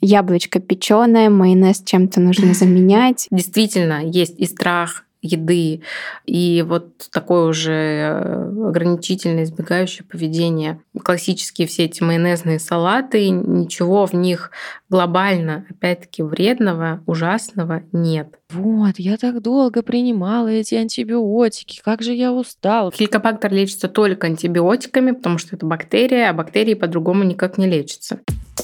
яблочко печеное, майонез чем-то нужно заменять. Действительно, есть и страх еды, и вот такое уже ограничительное, избегающее поведение. Классические все эти майонезные салаты, ничего в них глобально, опять-таки, вредного, ужасного нет. Вот, я так долго принимала эти антибиотики, как же я устала. Хеликобактер лечится только антибиотиками, потому что это бактерия, а бактерии по-другому никак не лечатся.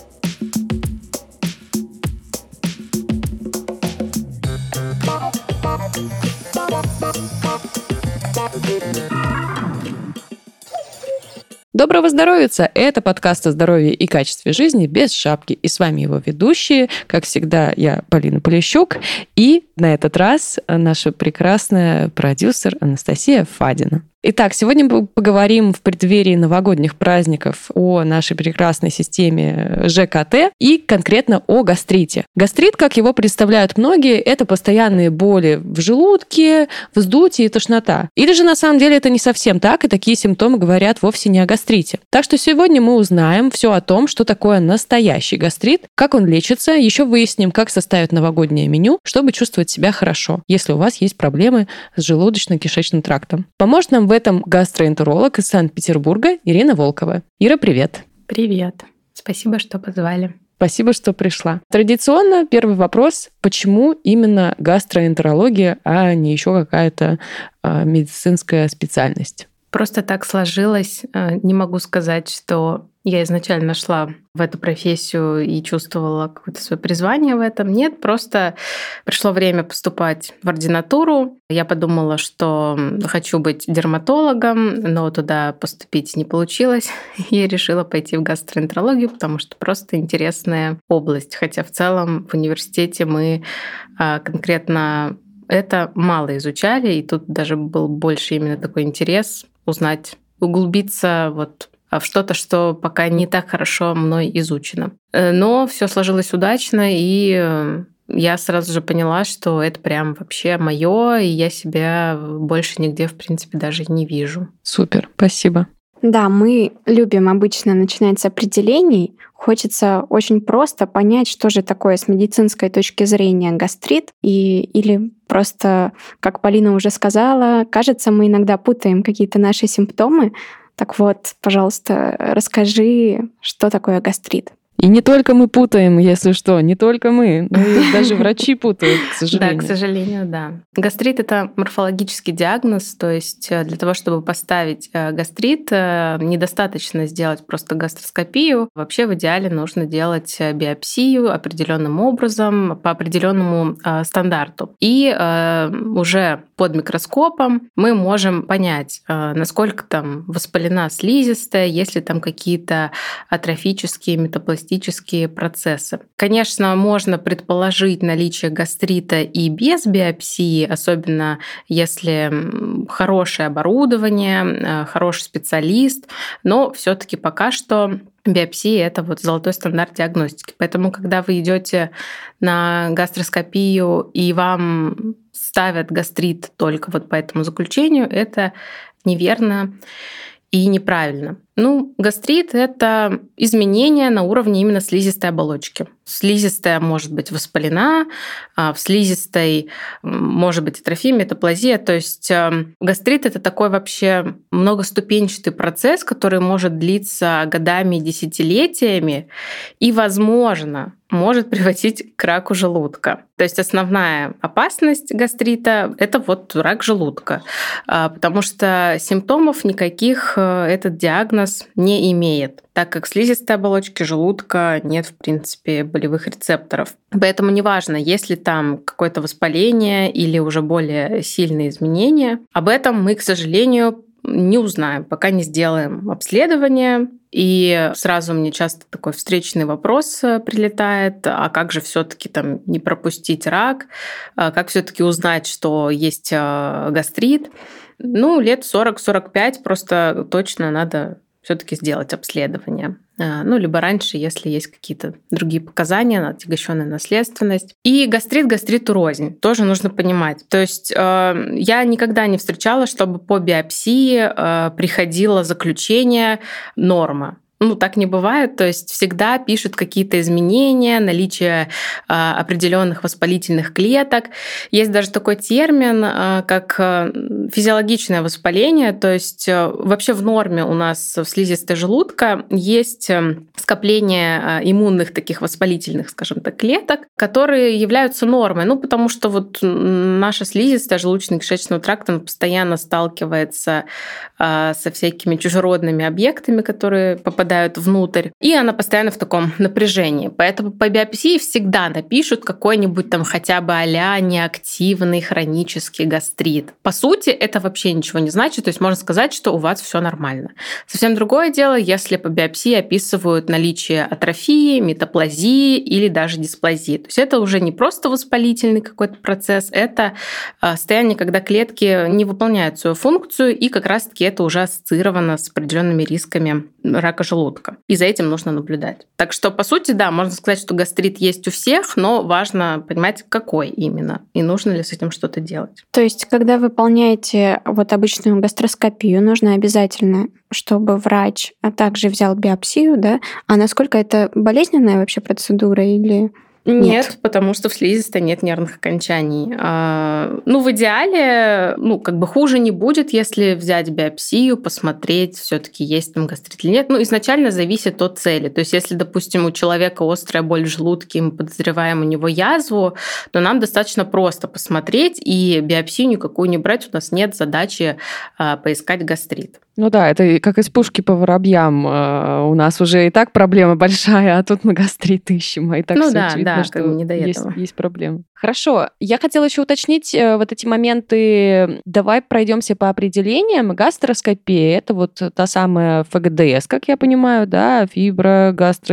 Доброго здоровица! Это подкаст о здоровье и качестве жизни без шапки. И с вами его ведущие, как всегда, я, Полина Полищук, и на этот раз наша прекрасная продюсер Анастасия Фадина. Итак, сегодня мы поговорим в преддверии новогодних праздников о нашей прекрасной системе ЖКТ и конкретно о гастрите. Гастрит, как его представляют многие, это постоянные боли в желудке, вздутие и тошнота. Или же на самом деле это не совсем так, и такие симптомы говорят вовсе не о гастрите. Так что сегодня мы узнаем все о том, что такое настоящий гастрит, как он лечится, еще выясним, как составить новогоднее меню, чтобы чувствовать себя хорошо, если у вас есть проблемы с желудочно-кишечным трактом. Поможет нам в этом гастроэнтеролог из Санкт-Петербурга Ирина Волкова. Ира, привет. Привет. Спасибо, что позвали. Спасибо, что пришла. Традиционно первый вопрос. Почему именно гастроэнтерология, а не еще какая-то медицинская специальность? Просто так сложилось. Не могу сказать, что я изначально шла в эту профессию и чувствовала какое-то свое призвание в этом. Нет, просто пришло время поступать в ординатуру. Я подумала, что хочу быть дерматологом, но туда поступить не получилось. Я решила пойти в гастроэнтерологию, потому что просто интересная область. Хотя в целом в университете мы конкретно это мало изучали, и тут даже был больше именно такой интерес узнать, углубиться вот в что-то, что пока не так хорошо мной изучено. Но все сложилось удачно, и я сразу же поняла, что это прям вообще моё, и я себя больше нигде, в принципе, даже не вижу. Супер, спасибо. Да, мы любим обычно начинать с определений. Хочется очень просто понять, что же такое с медицинской точки зрения гастрит, или просто, как Полина уже сказала, кажется, мы иногда путаем какие-то наши симптомы. Так вот, пожалуйста, расскажи, что такое гастрит. И не только мы путаем, если что, не только мы, но и даже врачи путают, к сожалению. Да, к сожалению, да. Гастрит — это морфологический диагноз, то есть для того, чтобы поставить гастрит, недостаточно сделать просто гастроскопию. Вообще в идеале нужно делать биопсию определенным образом, по определенному стандарту. И уже под микроскопом мы можем понять, насколько там воспалена слизистая, есть ли там какие-то атрофические, метапластические процессы. Конечно, можно предположить наличие гастрита и без биопсии, особенно если хорошее оборудование, хороший специалист, но все-таки пока что биопсия — это вот золотой стандарт диагностики. Поэтому, когда вы идете на гастроскопию и вам ставят гастрит только вот по этому заключению, это неверно и неправильно. Гастрит — это изменение на уровне именно слизистой оболочки. Слизистая может быть воспалена, в слизистой может быть атрофия, метаплазия. То есть гастрит — это такой вообще многоступенчатый процесс, который может длиться годами и десятилетиями и, возможно, может приводить к раку желудка. То есть основная опасность гастрита — это вот рак желудка, потому что симптомов никаких этот диагноз не имеет, так как в слизистой оболочки желудка нет, в принципе, болевых рецепторов. Поэтому неважно, есть ли там какое-то воспаление или уже более сильные изменения, об этом мы, к сожалению, не узнаем, пока не сделаем обследование. И сразу мне часто такой встречный вопрос прилетает: а как же все-таки там не пропустить рак? Как все-таки узнать, что есть гастрит? Лет 40-45 просто точно надо все-таки сделать обследование. Либо раньше, если есть какие-то другие показания, отягощенная наследственность. И гастрит гастриту рознь. Тоже нужно понимать. То есть я никогда не встречала, чтобы по биопсии приходило заключение норма. так не бывает. То есть всегда пишут какие-то изменения, наличие определенных воспалительных клеток. Есть даже такой термин, как физиологичное воспаление. То есть вообще в норме у нас в слизистой желудка есть скопление иммунных таких воспалительных, скажем так, клеток, которые являются нормой. Потому что вот наша слизистая желудочно-кишечного тракта постоянно сталкивается со всякими чужеродными объектами, которые попадают внутрь, и она постоянно в таком напряжении. Поэтому по биопсии всегда напишут какой-нибудь там хотя бы а-ля неактивный хронический гастрит. По сути, это вообще ничего не значит, то есть можно сказать, что у вас все нормально. Совсем другое дело, если по биопсии описывают наличие атрофии, метаплазии или даже дисплазии. То есть это уже не просто воспалительный какой-то процесс, это состояние, когда клетки не выполняют свою функцию, и как раз-таки это уже ассоциировано с определенными рисками рака желудка. И за этим нужно наблюдать. Так что, по сути, да, можно сказать, что гастрит есть у всех, но важно понимать, какой именно, и нужно ли с этим что-то делать. То есть, когда выполняете вот обычную гастроскопию, нужно обязательно, чтобы врач также взял биопсию, да? А насколько это болезненная вообще процедура или... Нет, потому что в слизистой нет нервных окончаний. В идеале, хуже не будет, если взять биопсию, посмотреть, все-таки есть там гастрит или нет. Изначально зависит от цели. То есть, если, допустим, у человека острая боль в желудке, мы подозреваем у него язву, то нам достаточно просто посмотреть и биопсию никакую не брать. У нас нет задачи поискать гастрит. Да, это как из пушки по воробьям. У нас уже и так проблема большая, а тут мы гастрит ищем. И так все очевидно, что не до этого. Есть проблемы. Хорошо. Я хотела еще уточнить вот эти моменты. Давай пройдемся по определениям. Гастроскопия — это вот та самая ФГДС, как я понимаю, да? Фибро,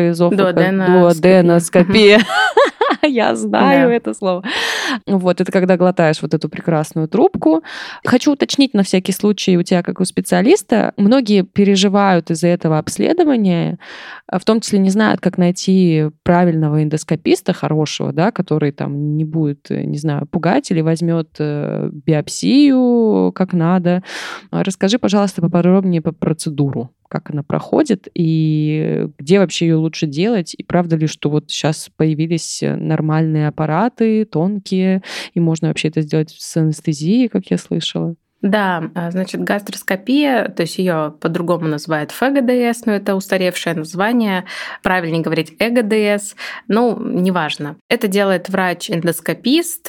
дуоденоскопия. Я знаю это слово. Это когда глотаешь вот эту прекрасную трубку. Хочу уточнить на всякий случай у тебя, как у специалиста, многие переживают из-за этого обследования, в том числе не знают, как найти правильного эндоскописта, хорошего, да, который там не будет, не знаю, пугать или возьмет биопсию как надо. Расскажи, пожалуйста, поподробнее по процедуру, как она проходит и где вообще ее лучше делать, и правда ли, что вот сейчас появились нормальные аппараты, тонкие, и можно вообще это сделать с анестезией, как я слышала? Да, значит, гастроскопия, то есть ее по-другому называют ФГДС, но это устаревшее название, правильнее говорить ЭГДС, неважно. Это делает врач-эндоскопист.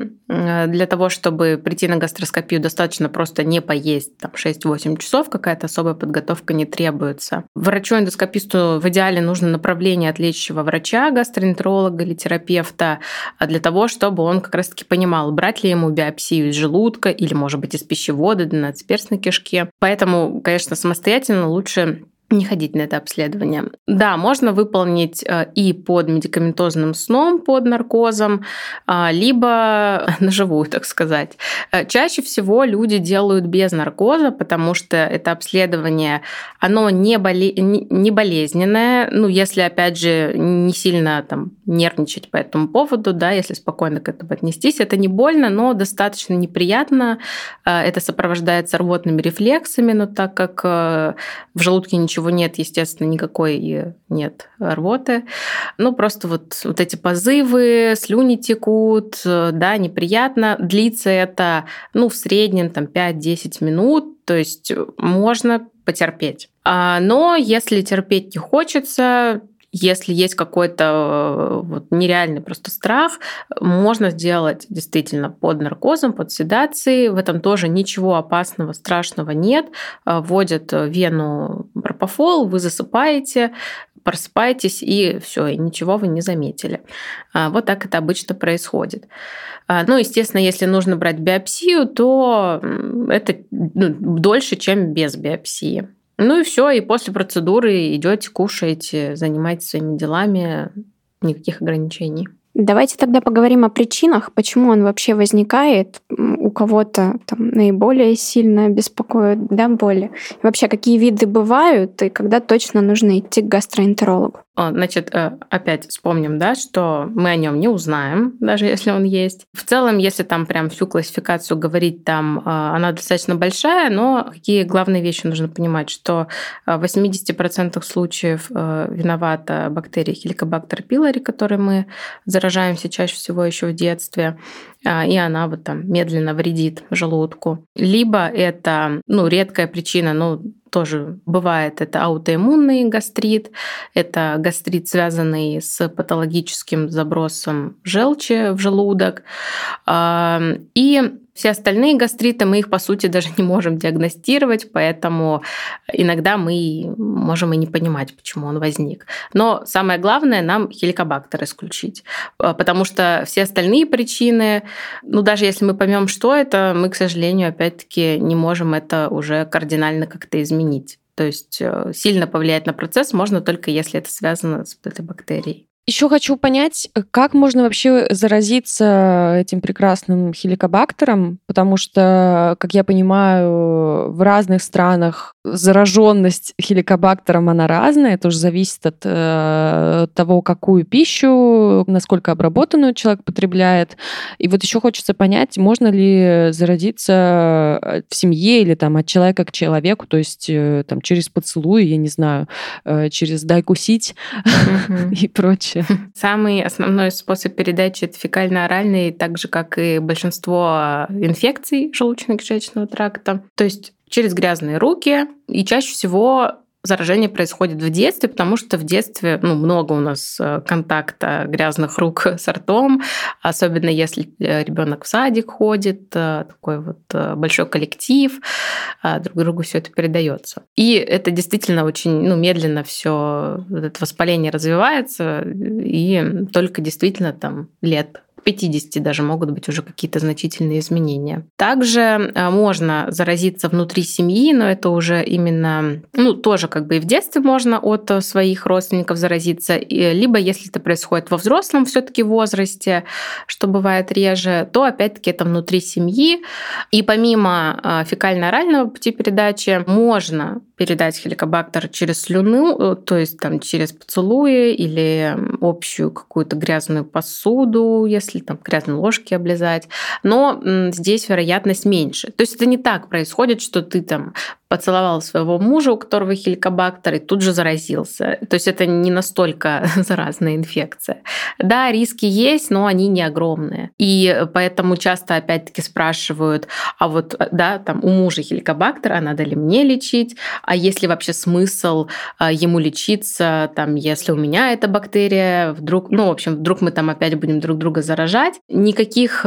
Для того, чтобы прийти на гастроскопию, достаточно просто не поесть 6-8 часов, какая-то особая подготовка не требуется. Врачу-эндоскописту в идеале нужно направление от лечащего врача, гастроэнтеролога или терапевта, для того, чтобы он как раз-таки понимал, брать ли ему биопсию из желудка или, может быть, из пищевода, на надсперстной кишке. Поэтому, конечно, самостоятельно лучше не ходить на это обследование. Да, можно выполнить и под медикаментозным сном, под наркозом, либо наживую, так сказать. Чаще всего люди делают без наркоза, потому что это обследование, оно не болезненное, если, опять же, не сильно нервничать по этому поводу, да, если спокойно к этому отнестись, это не больно, но достаточно неприятно. Это сопровождается рвотными рефлексами, но так как в желудке ничего нет, естественно, никакой нет рвоты. Просто вот эти позывы, слюни текут, да, неприятно. Длится это, в среднем 5-10 минут, то есть можно потерпеть. Но если терпеть не хочется, если есть какой-то нереальный просто страх, можно сделать действительно под наркозом, под седацией. В этом тоже ничего опасного, страшного нет. Вводят в вену пропофол, вы засыпаете, просыпаетесь, и все, и ничего вы не заметили. Вот так это обычно происходит. Естественно, если нужно брать биопсию, то это дольше, чем без биопсии. И все, и после процедуры идете, кушаете, занимаетесь своими делами, никаких ограничений. Давайте тогда поговорим о причинах, почему он вообще возникает, у кого-то наиболее сильно беспокоит, боли. И вообще, какие виды бывают, и когда точно нужно идти к гастроэнтерологу? Значит, опять вспомним, да, что мы о нем не узнаем, даже если он есть. В целом, если там прям всю классификацию говорить, там она достаточно большая, но какие главные вещи нужно понимать, что в 80% случаев виновата бактерия Helicobacter pylori, которой мы заражаемся чаще всего еще в детстве, и она вот там медленно вредит желудку. Либо это, редкая причина, тоже бывает, это аутоиммунный гастрит, это гастрит, связанный с патологическим забросом желчи в желудок. И все остальные гастриты, мы их, по сути, даже не можем диагностировать, поэтому иногда мы можем и не понимать, почему он возник. Но самое главное, нам хеликобактер исключить, потому что все остальные причины, даже если мы поймем, что это, мы, к сожалению, опять-таки не можем это уже кардинально как-то изменить. То есть сильно повлиять на процесс можно только если это связано с этой бактерией. Еще хочу понять, как можно вообще заразиться этим прекрасным хеликобактером, потому что, как я понимаю, в разных странах зараженность хеликобактером она разная, это уже зависит от того, какую пищу, насколько обработанную человек потребляет. И вот еще хочется понять, можно ли заразиться в семье или там от человека к человеку, то есть там через поцелуй, я не знаю, через дай кусить и прочее. Самый основной способ передачи – это фекально-оральный, так же, как и большинство инфекций желудочно-кишечного тракта. То есть через грязные руки, и чаще всего заражение происходит в детстве, потому что в детстве много у нас контакта грязных рук с ртом, особенно если ребенок в садик ходит, такой вот большой коллектив, друг другу все это передается. И это действительно очень медленно все это воспаление развивается, и только действительно там лет 50 даже могут быть уже какие-то значительные изменения. Также можно заразиться внутри семьи, но это уже именно, тоже как бы и в детстве можно от своих родственников заразиться, либо если это происходит во взрослом все-таки возрасте, что бывает реже, то опять-таки это внутри семьи. И помимо фекально-орального пути передачи можно передать хеликобактер через слюну, то есть там через поцелуи или общую какую-то грязную посуду, если там грязные ложки облизать. Но здесь вероятность меньше. То есть это не так происходит, что ты там поцеловал своего мужа, у которого хеликобактер, и тут же заразился. То есть это не настолько заразная инфекция. Да, риски есть, но они не огромные. И поэтому часто опять-таки спрашивают, а вот да, там у мужа хеликобактер, а надо ли мне лечить? А есть ли вообще смысл ему лечиться, там, если у меня эта бактерия, вдруг мы там опять будем друг друга заражать? Никаких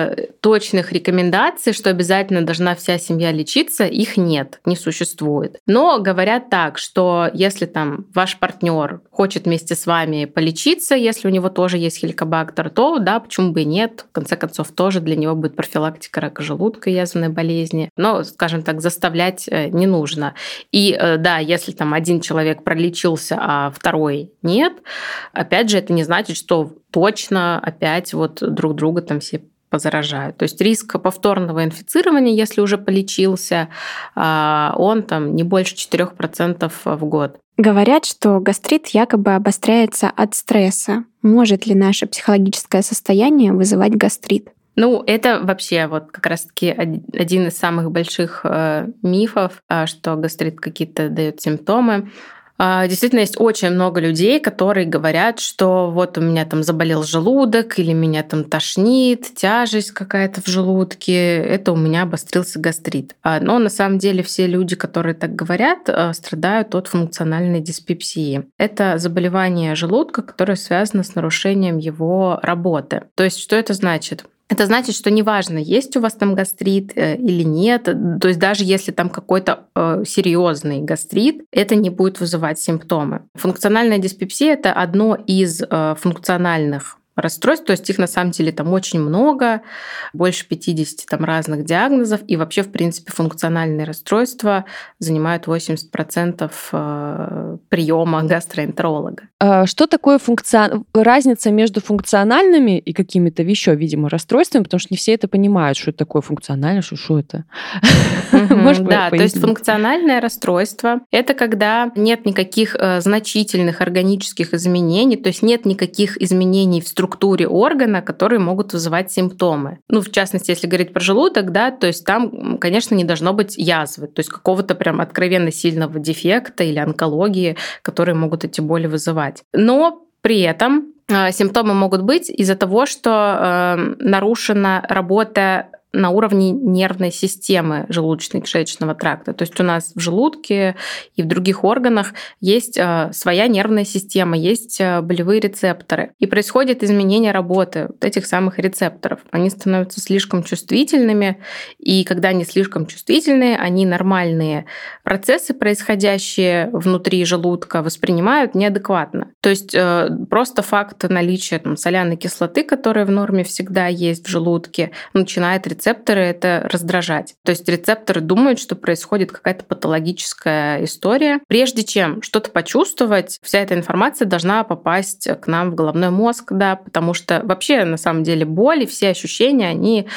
точных рекомендаций, что обязательно должна вся семья лечиться, их нет, не существует. Но говорят так, что если там ваш партнер хочет вместе с вами полечиться, если у него тоже есть хеликобактер, то да, почему бы и нет, в конце концов, тоже для него будет профилактика рака желудка и язвенной болезни. Но, скажем так, заставлять не нужно. И да, если там один человек пролечился, а второй нет, опять же, это не значит, что точно опять вот друг друга там все позаражают. То есть риск повторного инфицирования, если уже полечился, он там не больше 4% в год. Говорят, что гастрит якобы обостряется от стресса. Может ли наше психологическое состояние вызывать гастрит? Это вообще вот как раз-таки один из самых больших мифов, что гастрит какие-то дает симптомы. Действительно, есть очень много людей, которые говорят, что вот у меня там заболел желудок, или меня там тошнит, тяжесть какая-то в желудке, это у меня обострился гастрит. Но на самом деле все люди, которые так говорят, страдают от функциональной диспепсии. Это заболевание желудка, которое связано с нарушением его работы. То есть что это значит? Это значит, что неважно, есть у вас там гастрит или нет, то есть даже если там какой-то серьезный гастрит, это не будет вызывать симптомы. Функциональная диспепсия – это одно из функциональных расстройств, то есть их на самом деле там очень много, больше 50 там разных диагнозов, и вообще, в принципе, функциональные расстройства занимают 80% приема гастроэнтеролога. Что такое разница между функциональными и какими-то еще, видимо, расстройствами, потому что не все это понимают, что это такое функциональное, что это. Да, то есть функциональное расстройство — это когда нет никаких значительных органических изменений, то есть нет никаких изменений в структуре органа, которые могут вызывать симптомы. Ну, в частности, если говорить про желудок, да, то есть там, конечно, не должно быть язвы, то есть какого-то прям откровенно сильного дефекта или онкологии, которые могут эти боли вызывать. Но при этом симптомы могут быть из-за того, что нарушена работа на уровне нервной системы желудочно-кишечного тракта. То есть у нас в желудке и в других органах есть своя нервная система, есть болевые рецепторы. И происходит изменение работы вот этих самых рецепторов. Они становятся слишком чувствительными, и когда они слишком чувствительные, они нормальные процессы, происходящие внутри желудка, воспринимают неадекватно. То есть просто факт наличия соляной кислоты, которая в норме всегда есть в желудке, начинает рецепторы это раздражать. То есть рецепторы думают, что происходит какая-то патологическая история. Прежде чем что-то почувствовать, вся эта информация должна попасть к нам в головной мозг, да, потому что вообще на самом деле боли, все ощущения,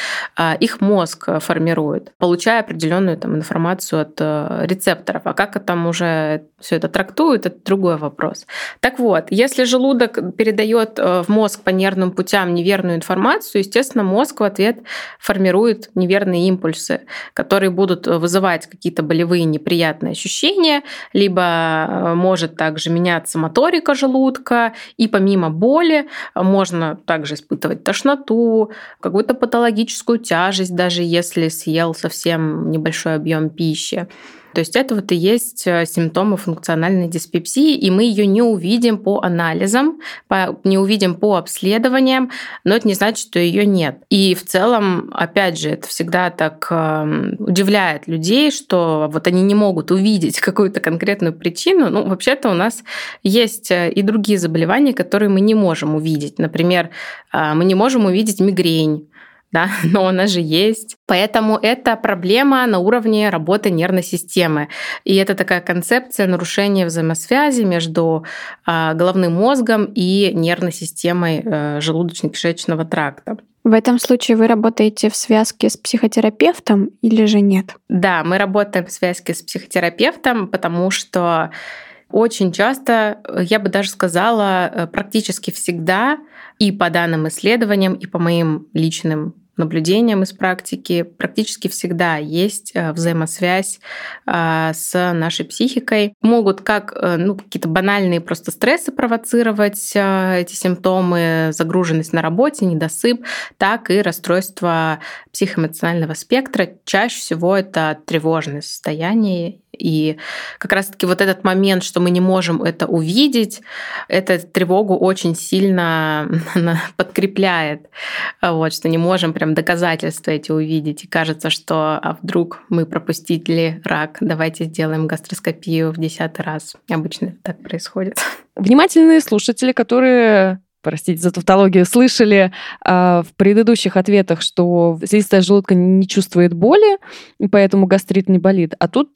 их мозг формирует, получая определенную информацию от рецепторов. А как там уже все это трактует, это другой вопрос. Так вот, если желудок передает в мозг по нервным путям неверную информацию, естественно, мозг в ответ формирует неверные импульсы, которые будут вызывать какие-то болевые неприятные ощущения, либо может также меняться моторика желудка, и помимо боли можно также испытывать тошноту, какую-то патологическую тяжесть, даже если съел совсем небольшой объем пищи. То есть это и есть симптомы функциональной диспепсии, и мы ее не увидим по анализам, не увидим по обследованиям, но это не значит, что ее нет. И в целом, опять же, это всегда так удивляет людей, что они не могут увидеть какую-то конкретную причину. Ну, вообще-то у нас есть и другие заболевания, которые мы не можем увидеть. Например, мы не можем увидеть мигрень, да, но она же есть. Поэтому это проблема на уровне работы нервной системы. И это такая концепция нарушения взаимосвязи между головным мозгом и нервной системой желудочно-кишечного тракта. В этом случае вы работаете в связке с психотерапевтом или же нет? Да, мы работаем в связке с психотерапевтом, потому что очень часто, я бы даже сказала, практически всегда, и по данным исследованиям, и по моим личным наблюдениям из практики, практически всегда есть взаимосвязь с нашей психикой. Могут как какие-то банальные просто стрессы провоцировать эти симптомы, загруженность на работе, недосып, так и расстройство психоэмоционального спектра. Чаще всего это тревожное состояние. И как раз-таки этот момент, что мы не можем это увидеть, эта тревогу очень сильно подкрепляет, что не можем прям доказательства эти увидеть. И кажется, что вдруг мы пропустили рак, давайте сделаем гастроскопию в 10-й раз. Обычно так происходит. Внимательные слушатели, которые... простите за тавтологию, слышали в предыдущих ответах, что слизистая желудка не чувствует боли, и поэтому гастрит не болит. А тут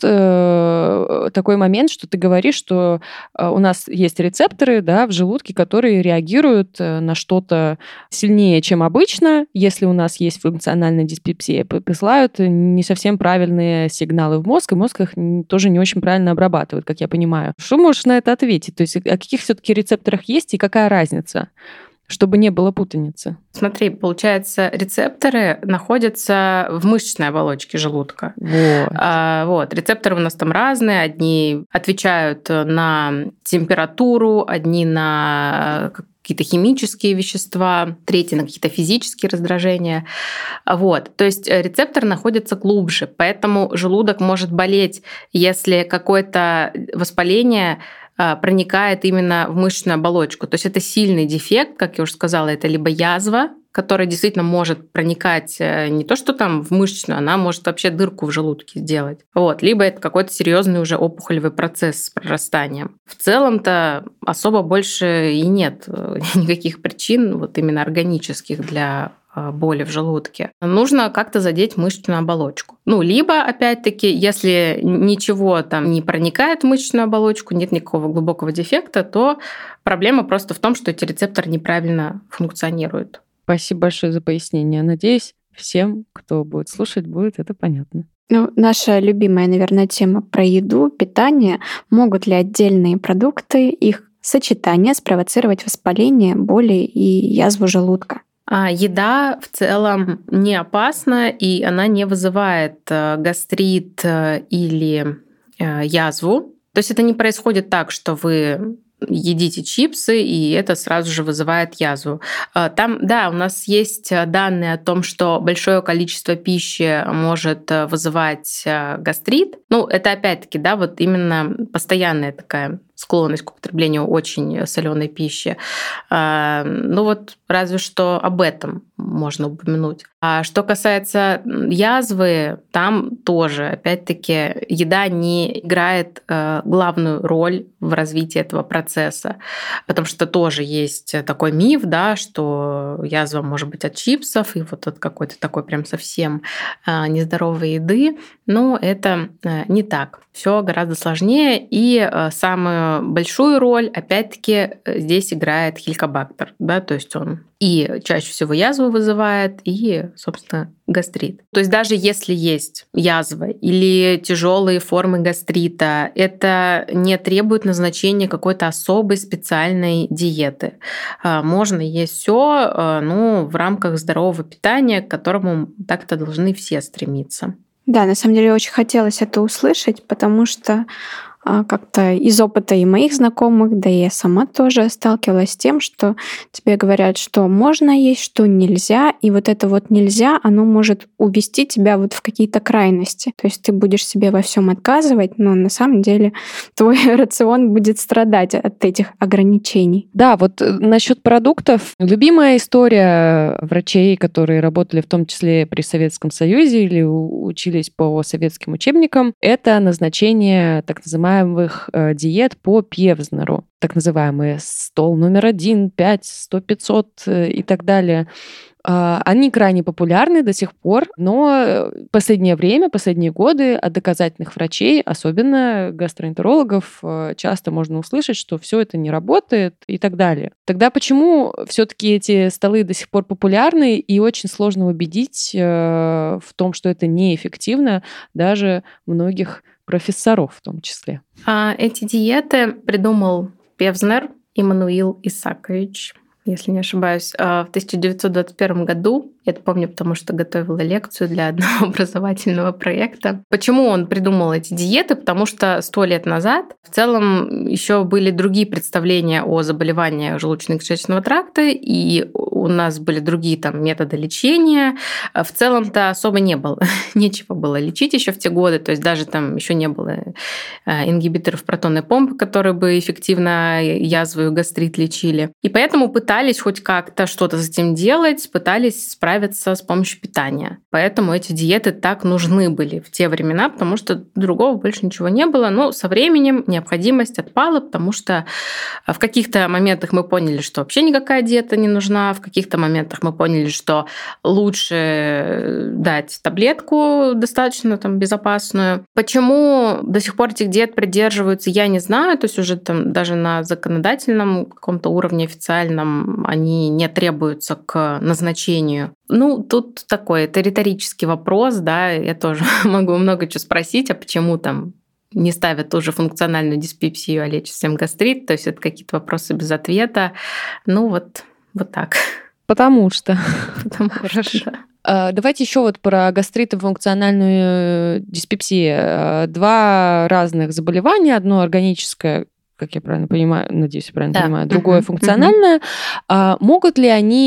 такой момент, что ты говоришь, что у нас есть рецепторы, да, в желудке, которые реагируют на что-то сильнее, чем обычно. Если у нас есть функциональная диспепсия, посылают не совсем правильные сигналы в мозг, и мозг их тоже не очень правильно обрабатывает, как я понимаю. Что можешь на это ответить? То есть о каких все-таки рецепторах есть и какая разница? Чтобы не было путаницы. Смотри, получается, рецепторы находятся в мышечной оболочке желудка. Вот. Рецепторы у нас там разные. Одни отвечают на температуру, одни на какие-то химические вещества, третьи на какие-то физические раздражения. То есть рецептор находится глубже, поэтому желудок может болеть, если какое-то воспаление проникает именно в мышечную оболочку. То есть это сильный дефект, как я уже сказала, это либо язва, которая действительно может проникать не то, что там в мышечную, она может вообще дырку в желудке сделать. Вот. Либо это какой-то серьезный уже опухолевый процесс с прорастанием. В целом-то особо больше и нет никаких причин вот именно органических для боли в желудке. Нужно как-то задеть мышечную оболочку. Либо, опять-таки, если ничего там не проникает в мышечную оболочку, нет никакого глубокого дефекта, то проблема просто в том, что эти рецепторы неправильно функционируют. Спасибо большое за пояснение. Надеюсь, всем, кто будет слушать, будет это понятно. Наша любимая, наверное, тема про еду, питание. Могут ли отдельные продукты, их сочетание спровоцировать воспаление, боли и язву желудка? Еда в целом не опасна, и она не вызывает гастрит или язву. То есть это не происходит так, что вы едите чипсы, и это сразу же вызывает язву. Там, да, у нас есть данные о том, что большое количество пищи может вызывать гастрит. Это опять-таки, да, вот именно постоянная такая склонность к употреблению очень соленой пищи. Разве что об этом можно упомянуть. А что касается язвы, там тоже, опять-таки, еда не играет главную роль в развитии этого процесса, потому что тоже есть такой миф, да, что язва может быть от чипсов и вот от какой-то такой прям совсем нездоровой еды, но это не так. Все гораздо сложнее, и самую большую роль, опять-таки, здесь играет хеликобактер, да, то есть он и чаще всего язву вызывает, и, собственно, гастрит. То есть даже если есть язва или тяжелые формы гастрита, это не требует назначения какой-то особой специальной диеты. Можно есть все, в рамках здорового питания, к которому так-то должны все стремиться. Да, на самом деле очень хотелось это услышать, потому что как-то из опыта и моих знакомых, да и я сама тоже сталкивалась с тем, что тебе говорят, что можно есть, что нельзя, и вот это вот нельзя, оно может увести тебя вот в какие-то крайности. То есть ты будешь себе во всем отказывать, но на самом деле твой рацион будет страдать от этих ограничений. Да, вот насчет продуктов. Любимая история врачей, которые работали в том числе при Советском Союзе или учились по советским учебникам, это назначение так называемых диет по Певзнеру. Так называемые стол номер 1, 5, 100, 500 и так далее. Они крайне популярны до сих пор, но последнее время, последние годы от доказательных врачей, особенно гастроэнтерологов, часто можно услышать, что все это не работает и так далее. Тогда почему все-таки эти столы до сих пор популярны и очень сложно убедить в том, что это неэффективно даже многих профессоров в том числе? Эти диеты придумал Певзнер Иммануил Исаакович, если не ошибаюсь, в 1921 году. Я это помню, потому что готовила лекцию для одного образовательного проекта. Почему он придумал эти диеты? Потому что 100 лет назад в целом еще были другие представления о заболеваниях желудочно-кишечного тракта, и у нас были другие там методы лечения. В целом-то особо не было. Нечего было лечить еще в те годы. То есть даже там еще не было ингибиторов протонной помпы, которые бы эффективно язву и гастрит лечили. И поэтому пытались хоть как-то что-то с этим делать, пытались справиться с помощью питания. Поэтому эти диеты так нужны были в те времена, потому что другого больше ничего не было. Но со временем необходимость отпала, потому что в каких-то моментах мы поняли, что вообще никакая диета не нужна, в каких-то моментах мы поняли, что лучше дать таблетку достаточно там безопасную. Почему до сих пор этих диет придерживаются, я не знаю. То есть уже там даже на законодательном каком-то уровне официальном они не требуются к назначению. Тут такой, это риторический вопрос, да, я тоже могу много чего спросить, а почему там не ставят ту же функциональную диспепсию, а лечат всем гастрит, то есть это какие-то вопросы без ответа. Вот так. Потому что. Хорошо. Да. Давайте еще вот про гастрит и функциональную диспепсию. Два разных заболевания, одно органическое, как я правильно понимаю, надеюсь, я правильно понимаю, другое функциональное. Могут ли они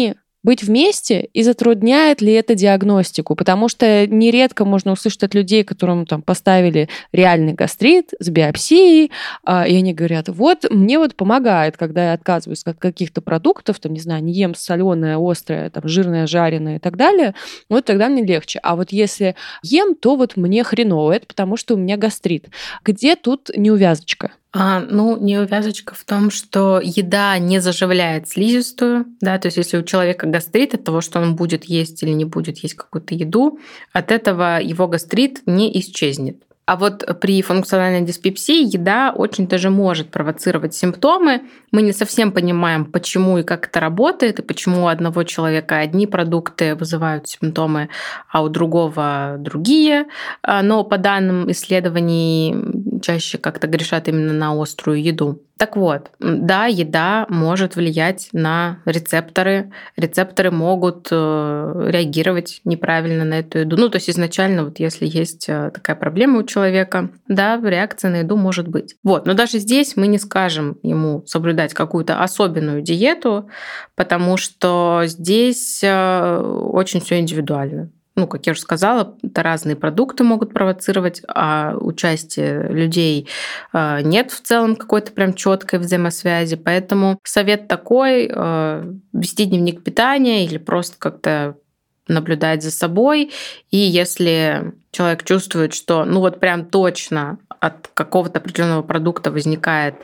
быть вместе и затрудняет ли это диагностику? Потому что нередко можно услышать от людей, которым там поставили реальный гастрит с биопсией, и они говорят, вот мне вот помогает, когда я отказываюсь от каких-то продуктов, там, не знаю, не ем соленое, острое, там, жирное, жареное и так далее, вот тогда мне легче. А вот если ем, то вот мне хреново, это потому что у меня гастрит. Где тут неувязочка? Неувязочка в том, что еда не заживляет слизистую, да, то есть если у человека гастрит от того, что он будет есть или не будет есть какую-то еду, от этого его гастрит не исчезнет. А вот при функциональной диспепсии еда очень даже может провоцировать симптомы. Мы не совсем понимаем, почему и как это работает, и почему у одного человека одни продукты вызывают симптомы, а у другого другие. Но по данным исследований чаще как-то грешат именно на острую еду. Так вот, да, еда может влиять на рецепторы. Рецепторы могут реагировать неправильно на эту еду. То есть изначально, вот если есть такая проблема у человека, да, реакция на еду может быть. Вот, но даже здесь мы не скажем ему соблюдать какую-то особенную диету, потому что здесь очень все индивидуально. Как я уже сказала, это разные продукты могут провоцировать, а участие людей нет в целом какой-то прям четкой взаимосвязи. Поэтому совет такой: вести дневник питания или просто как-то наблюдать за собой. И если человек чувствует, что прям точно от какого-то определенного продукта возникает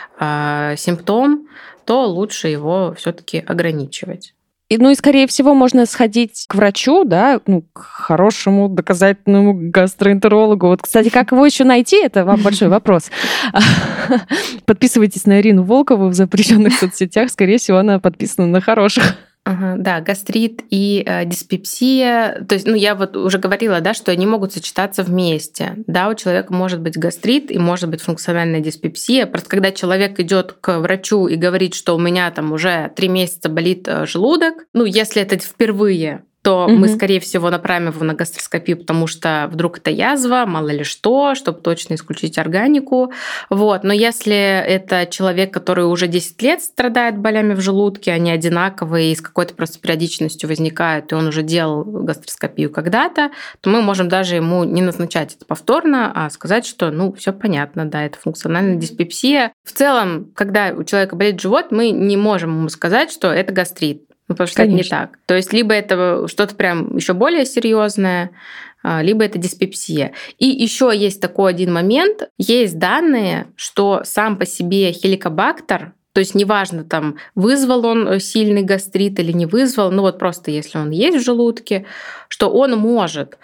симптом, то лучше его все-таки ограничивать. И, скорее всего, можно сходить к врачу, да, к хорошему доказательному гастроэнтерологу. Вот, кстати, как его еще найти, это вам большой вопрос. Подписывайтесь на Ирину Волкову в запрещенных соцсетях. Скорее всего, она подписана на хороших. Да, гастрит и диспепсия. То есть, я вот уже говорила, да, что они могут сочетаться вместе. Да, у человека может быть гастрит и может быть функциональная диспепсия. Просто когда человек идет к врачу и говорит, что у меня там уже 3 месяца болит желудок, если это впервые, то мы, скорее всего, направим его на гастроскопию, потому что вдруг это язва, мало ли что, чтобы точно исключить органику. Вот. Но если это человек, который уже 10 лет страдает болями в желудке, они одинаковые и с какой-то просто периодичностью возникают, и он уже делал гастроскопию когда-то, то мы можем даже ему не назначать это повторно, а сказать, что все понятно, да, это функциональная диспепсия. В целом, когда у человека болит живот, мы не можем ему сказать, что это гастрит. Потому что Конечно. это не так. То есть либо это что-то прям еще более серьезное, либо это диспепсия. И еще есть такой один момент. Есть данные, что сам по себе хеликобактер, то есть неважно, там, вызвал он сильный гастрит или не вызвал, просто если он есть в желудке, что он может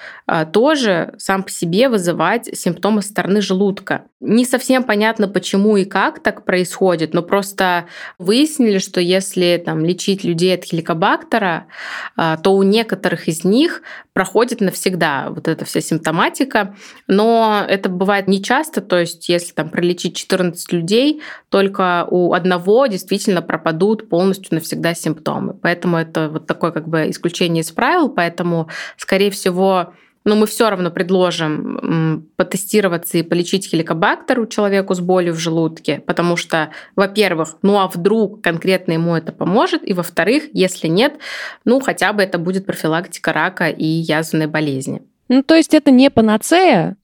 тоже сам по себе вызывать симптомы со стороны желудка. Не совсем понятно, почему и как так происходит, но просто выяснили, что если там, лечить людей от хеликобактера, то у некоторых из них проходит навсегда вот эта вся симптоматика, но это бывает нечасто, то есть если там пролечить 14 людей, только у одного действительно пропадут полностью навсегда симптомы. Поэтому это вот такое как бы исключение из правил, поэтому, скорее всего, мы все равно предложим потестироваться и полечить хеликобактер человеку с болью в желудке, потому что, во-первых, а вдруг конкретно ему это поможет, и, во-вторых, если нет, хотя бы это будет профилактика рака и язвенной болезни. То есть это не панацея,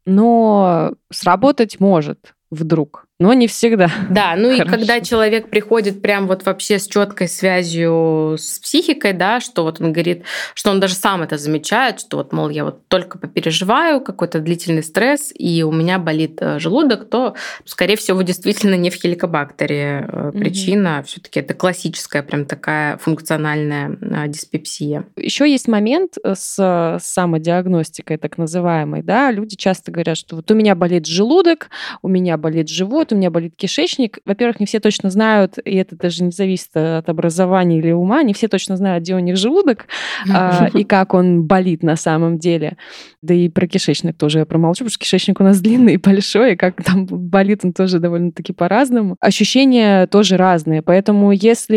но сработать может вдруг. Но не всегда. Да, и когда человек приходит прям вот вообще с четкой связью с психикой, да, что вот он говорит, что он даже сам это замечает, что вот, мол, я вот только попереживаю, какой-то длительный стресс, и у меня болит желудок, то, скорее всего, действительно не в хеликобактере причина, все-таки это классическая прям такая функциональная диспепсия. Еще есть момент с самодиагностикой так называемой, да, люди часто говорят, что вот у меня болит желудок, у меня болит живот, у меня болит кишечник. Во-первых, не все точно знают, и это даже не зависит от образования или ума, не все точно знают, где у них желудок и как он болит на самом деле. Да и про кишечник тоже я промолчу, потому что кишечник у нас длинный и большой, и как там болит он тоже довольно-таки по-разному. Ощущения тоже разные, поэтому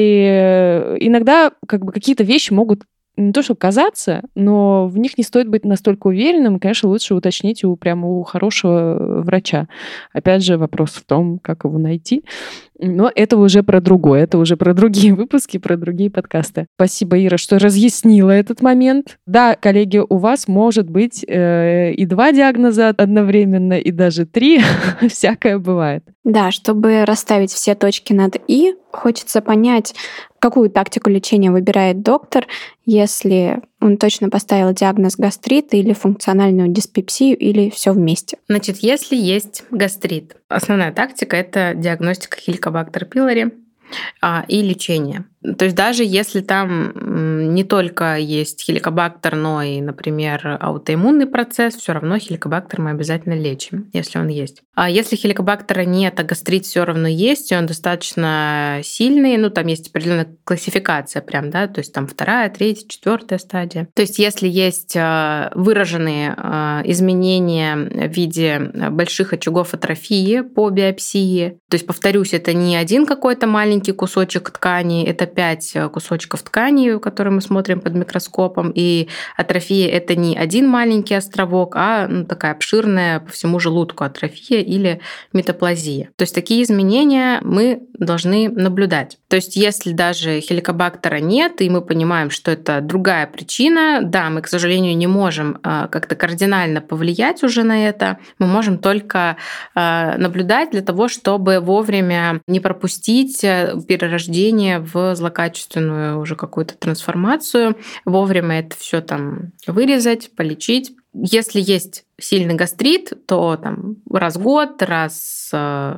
если иногда как бы какие-то вещи могут не то, что казаться, но в них не стоит быть настолько уверенным. И, конечно, лучше уточнить у хорошего врача. Опять же, вопрос в том, как его найти. Но это уже про другое, это уже про другие выпуски, про другие подкасты. Спасибо, Ира, что разъяснила этот момент. Да, коллеги, у вас может быть и 2 диагноза одновременно, и даже 3. Всякое бывает. Да, чтобы расставить все точки над «и», хочется понять, какую тактику лечения выбирает доктор, если он точно поставил диагноз гастрит или функциональную диспепсию, или все вместе. Значит, если есть гастрит, основная тактика — это диагностика Helicobacter pylori и лечение. То есть даже если там не только есть хеликобактер, но и, например, аутоиммунный процесс, все равно хеликобактер мы обязательно лечим, если он есть. А если хеликобактера нет, а гастрит все равно есть, и он достаточно сильный, там есть определенная классификация прям, да, то есть там 2, 3, 4 стадия. То есть если есть выраженные изменения в виде больших очагов атрофии по биопсии, то есть, повторюсь, это не один какой-то маленький кусочек ткани, это 5 кусочков ткани, которые мы смотрим под микроскопом, и атрофия — это не один маленький островок, а такая обширная по всему желудку атрофия или метаплазия. То есть такие изменения мы должны наблюдать. То есть если даже хеликобактера нет, и мы понимаем, что это другая причина, да, мы, к сожалению, не можем как-то кардинально повлиять уже на это, мы можем только наблюдать для того, чтобы вовремя не пропустить перерождение в злокачественную уже какую-то трансформацию, вовремя это все там вырезать, полечить. Если есть сильный гастрит, то там раз в год, раз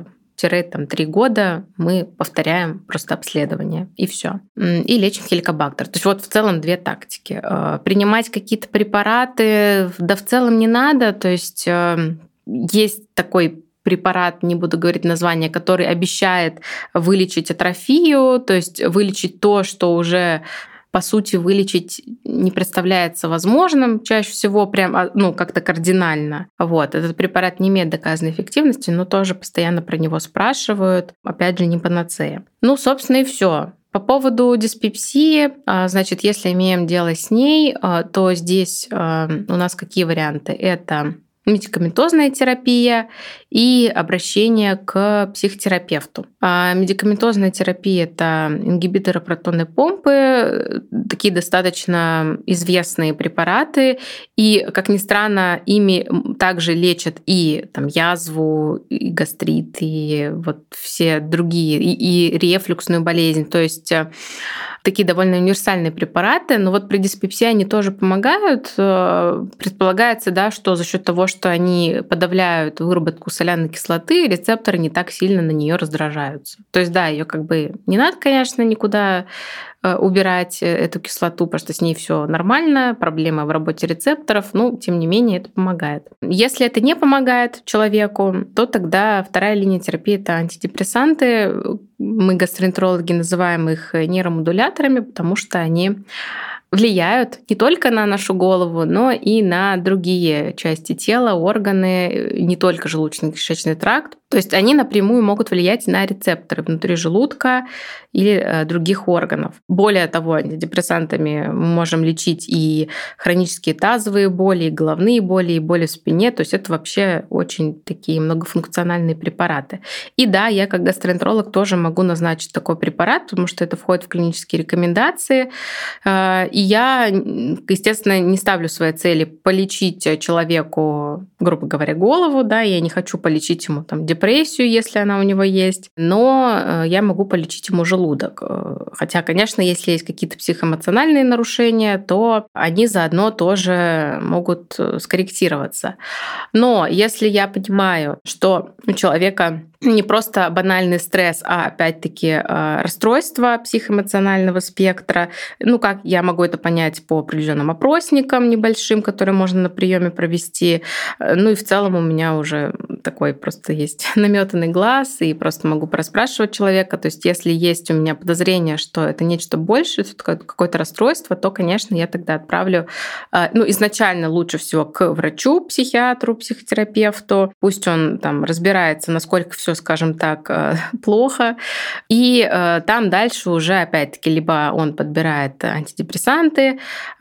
3 года мы повторяем просто обследование, и все. И лечим хеликобактер. То есть вот в целом 2 тактики. Принимать какие-то препараты, да в целом не надо, то есть есть такой препарат, не буду говорить название, который обещает вылечить атрофию, то есть вылечить то, что уже по сути вылечить не представляется возможным чаще всего прям как-то кардинально. Вот. Этот препарат не имеет доказанной эффективности, но тоже постоянно про него спрашивают. Опять же, не панацея. Собственно, и все. По диспепсии, значит, если имеем дело с ней, то здесь у нас какие варианты? Это медикаментозная терапия и обращение к психотерапевту. Медикаментозная терапия — это ингибиторы протонной помпы, такие достаточно известные препараты, и, как ни странно, ими также лечат и язву, и гастрит, и вот все другие, и рефлюксную болезнь. То есть такие довольно универсальные препараты, но вот при диспепсии они тоже помогают. Предполагается, да, что за счет того, что они подавляют выработку соляной кислоты, рецепторы не так сильно на нее раздражаются. То есть, да, ее не надо, конечно, никуда убирать эту кислоту, потому что с ней все нормально, проблема в работе рецепторов, тем не менее это помогает. Если это не помогает человеку, то тогда 2-я линия терапии — это антидепрессанты. Мы, гастроэнтерологи, называем их нейромодуляторами, потому что они влияют не только на нашу голову, но и на другие части тела, органы, не только желудочно-кишечный тракт. То есть они напрямую могут влиять на рецепторы внутри желудка или других органов. Более того, антидепрессантами мы можем лечить и хронические тазовые боли, и головные боли, и боли в спине. То есть это вообще очень такие многофункциональные препараты. И да, я как гастроэнтеролог тоже могу назначить такой препарат, потому что это входит в клинические рекомендации. И я, естественно, не ставлю своей цели полечить человеку, грубо говоря, голову, да, я не хочу полечить ему депрессию, если она у него есть, но я могу полечить ему желудок. Хотя, конечно, если есть какие-то психоэмоциональные нарушения, то они заодно тоже могут скорректироваться. Но если я понимаю, что у человека не просто банальный стресс, а опять-таки расстройство психоэмоционального спектра, как я могу это понять по определенным опросникам небольшим, которые можно на приеме провести. И в целом у меня уже такой просто есть наметанный глаз, и просто могу проспрашивать человека. То есть если есть у меня подозрение, что это нечто большее, какое-то расстройство, то, конечно, я тогда отправлю изначально лучше всего к врачу, психиатру, психотерапевту. Пусть он разбирается, насколько все все, скажем так, плохо. И там дальше уже, опять-таки, либо он подбирает антидепрессанты,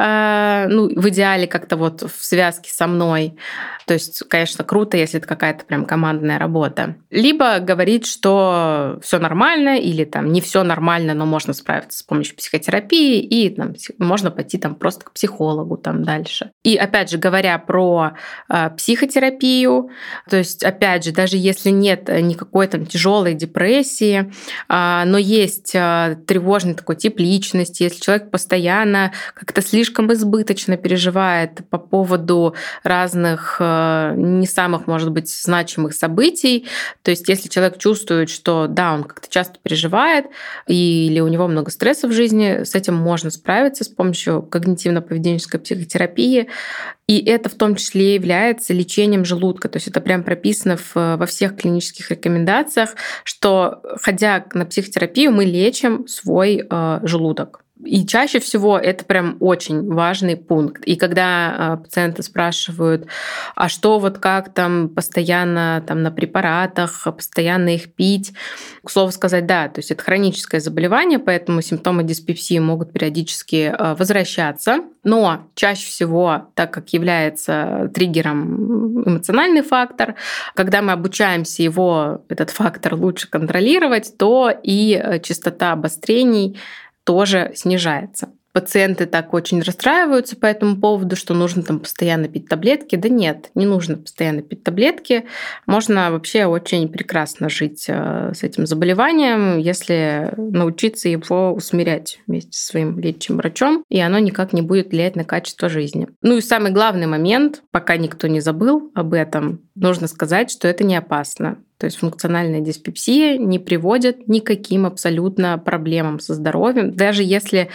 в идеале как-то вот в связке со мной. То есть, конечно, круто, если это какая-то прям командная работа. Либо говорит, что все нормально, или там не все нормально, но можно справиться с помощью психотерапии, и там, можно пойти там просто к психологу там дальше. И опять же, говоря про психотерапию, то есть, опять же, даже если нет никакой там тяжелой депрессии, но есть тревожный такой тип личности, если человек постоянно как-то слишком избыточно переживает по поводу разных не самых, может быть, значимых событий, то есть если человек чувствует, что да, он как-то часто переживает, или у него много стресса в жизни, с этим можно справиться с помощью когнитивно-поведенческой психотерапии. И это в том числе является лечением желудка. То есть это прям прописано во всех клинических рекомендациях, что, ходя на психотерапию, мы лечим свой желудок. И чаще всего это прям очень важный пункт. И когда пациенты спрашивают, а что вот как там постоянно там на препаратах, постоянно их пить, к слову сказать, да, то есть это хроническое заболевание, поэтому симптомы диспепсии могут периодически возвращаться. Но чаще всего, так как является триггером эмоциональный фактор, когда мы обучаемся этот фактор лучше контролировать, то и частота обострений тоже снижается. Пациенты так очень расстраиваются по этому поводу, что нужно там постоянно пить таблетки. Да нет, не нужно постоянно пить таблетки. Можно вообще очень прекрасно жить с этим заболеванием, если научиться его усмирять вместе со своим лечащим врачом, и оно никак не будет влиять на качество жизни. Ну и самый главный момент, пока никто не забыл об этом, нужно сказать, что это не опасно. То есть функциональная диспепсия не приводит ни к каким абсолютно проблемам со здоровьем. Даже если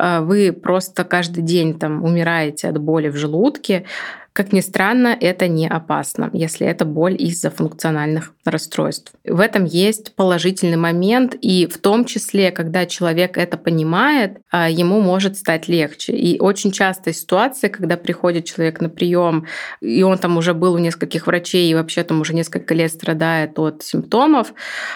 вы просто каждый день там умираете от боли в желудке, как ни странно, это не опасно, если это боль из-за функциональных расстройств. В этом есть положительный момент, и в том числе, когда человек это понимает, ему может стать легче. И очень частая ситуация, когда приходит человек на прием, и он там уже был у нескольких врачей, и вообще там уже несколько лет страдает от симптомов,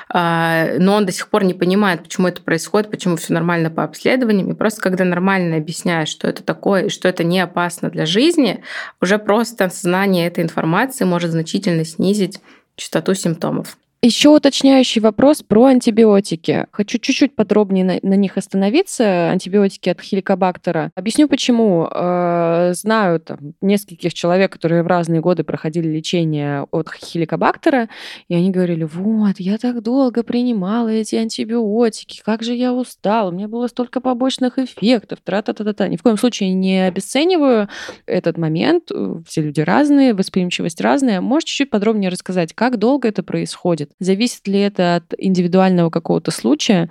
но он до сих пор не понимает, почему это происходит, почему все нормально по обследованиям. И просто когда нормально объясняешь, что это такое, и что это не опасно для жизни, уже просто осознание этой информации может значительно снизить частоту симптомов. Еще уточняющий вопрос про антибиотики. Хочу чуть-чуть подробнее на них остановиться. Антибиотики от хеликобактера. Объясню, почему. Знаю нескольких человек, которые в разные годы проходили лечение от хеликобактера, и они говорили, вот, я так долго принимала эти антибиотики, как же я устала, у меня было столько побочных эффектов, тра-та-та-та-та. Ни в коем случае не обесцениваю этот момент. Все люди разные, восприимчивость разная. Можешь чуть-чуть подробнее рассказать, как долго это происходит? Зависит ли это от индивидуального какого-то случая?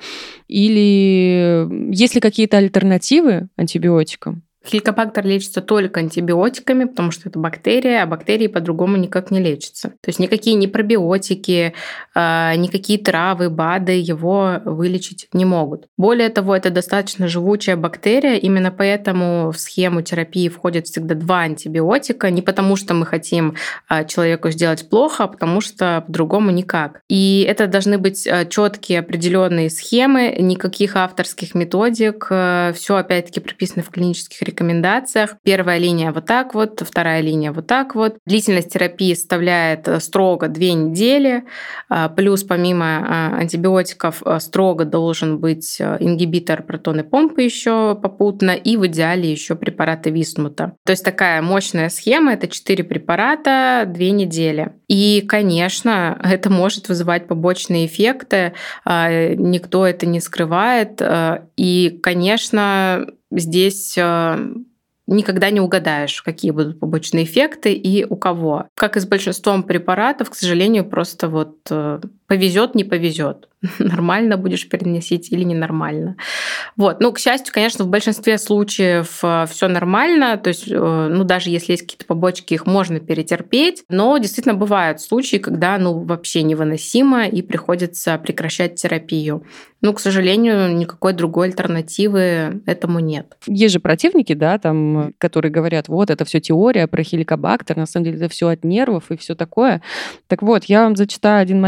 Или есть ли какие-то альтернативы антибиотикам? Хеликобактер лечится только антибиотиками, потому что это бактерия, а бактерии по-другому никак не лечатся. То есть никакие не пробиотики, никакие травы, БАДы его вылечить не могут. Более того, это достаточно живучая бактерия, именно поэтому в схему терапии входят всегда 2 антибиотика, не потому что мы хотим человеку сделать плохо, а потому что по-другому никак. И это должны быть четкие определенные схемы, никаких авторских методик, все опять-таки прописано в клинических рекомендациях. Первая линия вот так вот, вторая линия вот так вот. Длительность терапии составляет строго 2 недели, плюс помимо антибиотиков строго должен быть ингибитор протонной помпы еще попутно и в идеале еще препараты Висмута. То есть такая мощная схема, это 4 препарата, 2 недели. И, конечно, это может вызывать побочные эффекты, никто это не скрывает. И, конечно, здесь никогда не угадаешь, какие будут побочные эффекты и у кого. Как и с большинством препаратов, к сожалению, просто вот повезет, не повезет. Нормально будешь переносить или ненормально. Вот. Ну, к счастью, конечно, в большинстве случаев все нормально, то есть, даже если есть какие-то побочки, их можно перетерпеть, но действительно бывают случаи, когда, вообще невыносимо и приходится прекращать терапию. К сожалению, никакой другой альтернативы этому нет. Есть же противники, да, там, которые говорят, вот, это все теория про хеликобактер, на самом деле это все от нервов и все такое. Так вот, я вам зачитаю один момент, что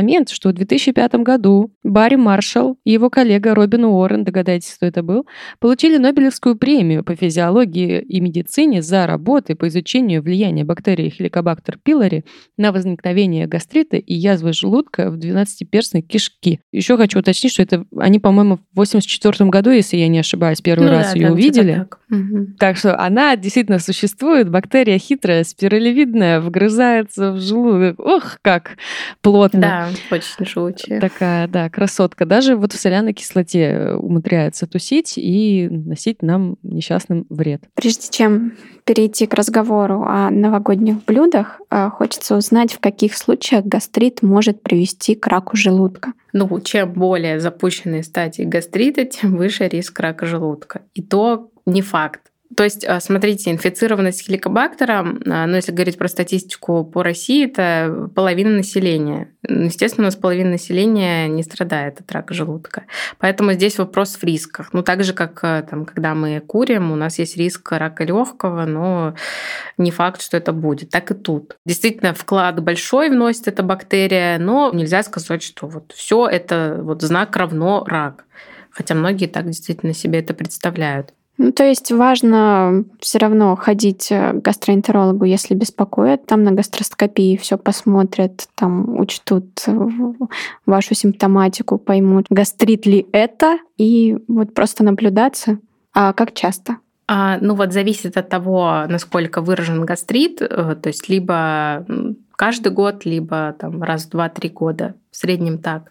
что в 2005 году Барри Маршалл и его коллега Робин Уоррен, догадайтесь, кто это был, получили Нобелевскую премию по физиологии и медицине за работы по изучению влияния бактерии Helicobacter pylori на возникновение гастрита и язвы желудка в 12-перстной кишки. Еще хочу уточнить, что это они, по-моему, в 1984 году, если я не ошибаюсь, первый раз ее увидели. Так что она действительно существует. Бактерия хитрая, спиралевидная, вгрызается в желудок. Ох, как плотно. Да, очень жутко. Такая, да, красотка. Даже вот в соляной кислоте умудряется тусить и носить нам несчастным вред. Прежде чем перейти к разговору о новогодних блюдах, хочется узнать, в каких случаях гастрит может привести к раку желудка. Ну, чем более запущенные стадии гастрита, тем выше риск рака желудка. И то не факт. То есть, смотрите, инфицированность хеликобактером, ну, если говорить про статистику по России, это половина населения. Естественно, у нас половина населения не страдает от рака желудка. Поэтому здесь вопрос в рисках. Ну, так же, как там, когда мы курим, у нас есть риск рака легкого, но не факт, что это будет. Так и тут. Действительно, вклад большой вносит эта бактерия, но нельзя сказать, что вот все это вот знак равно рак. Хотя многие так действительно себе это представляют. Ну, то есть важно все равно ходить к гастроэнтерологу, если беспокоит. Там на гастроскопии все посмотрят, там учтут вашу симптоматику, поймут, гастрит ли это, и вот просто наблюдаться. А как часто? Ну вот зависит от того, насколько выражен гастрит, то есть либо каждый год, либо там раз в 2-3 года, в среднем так.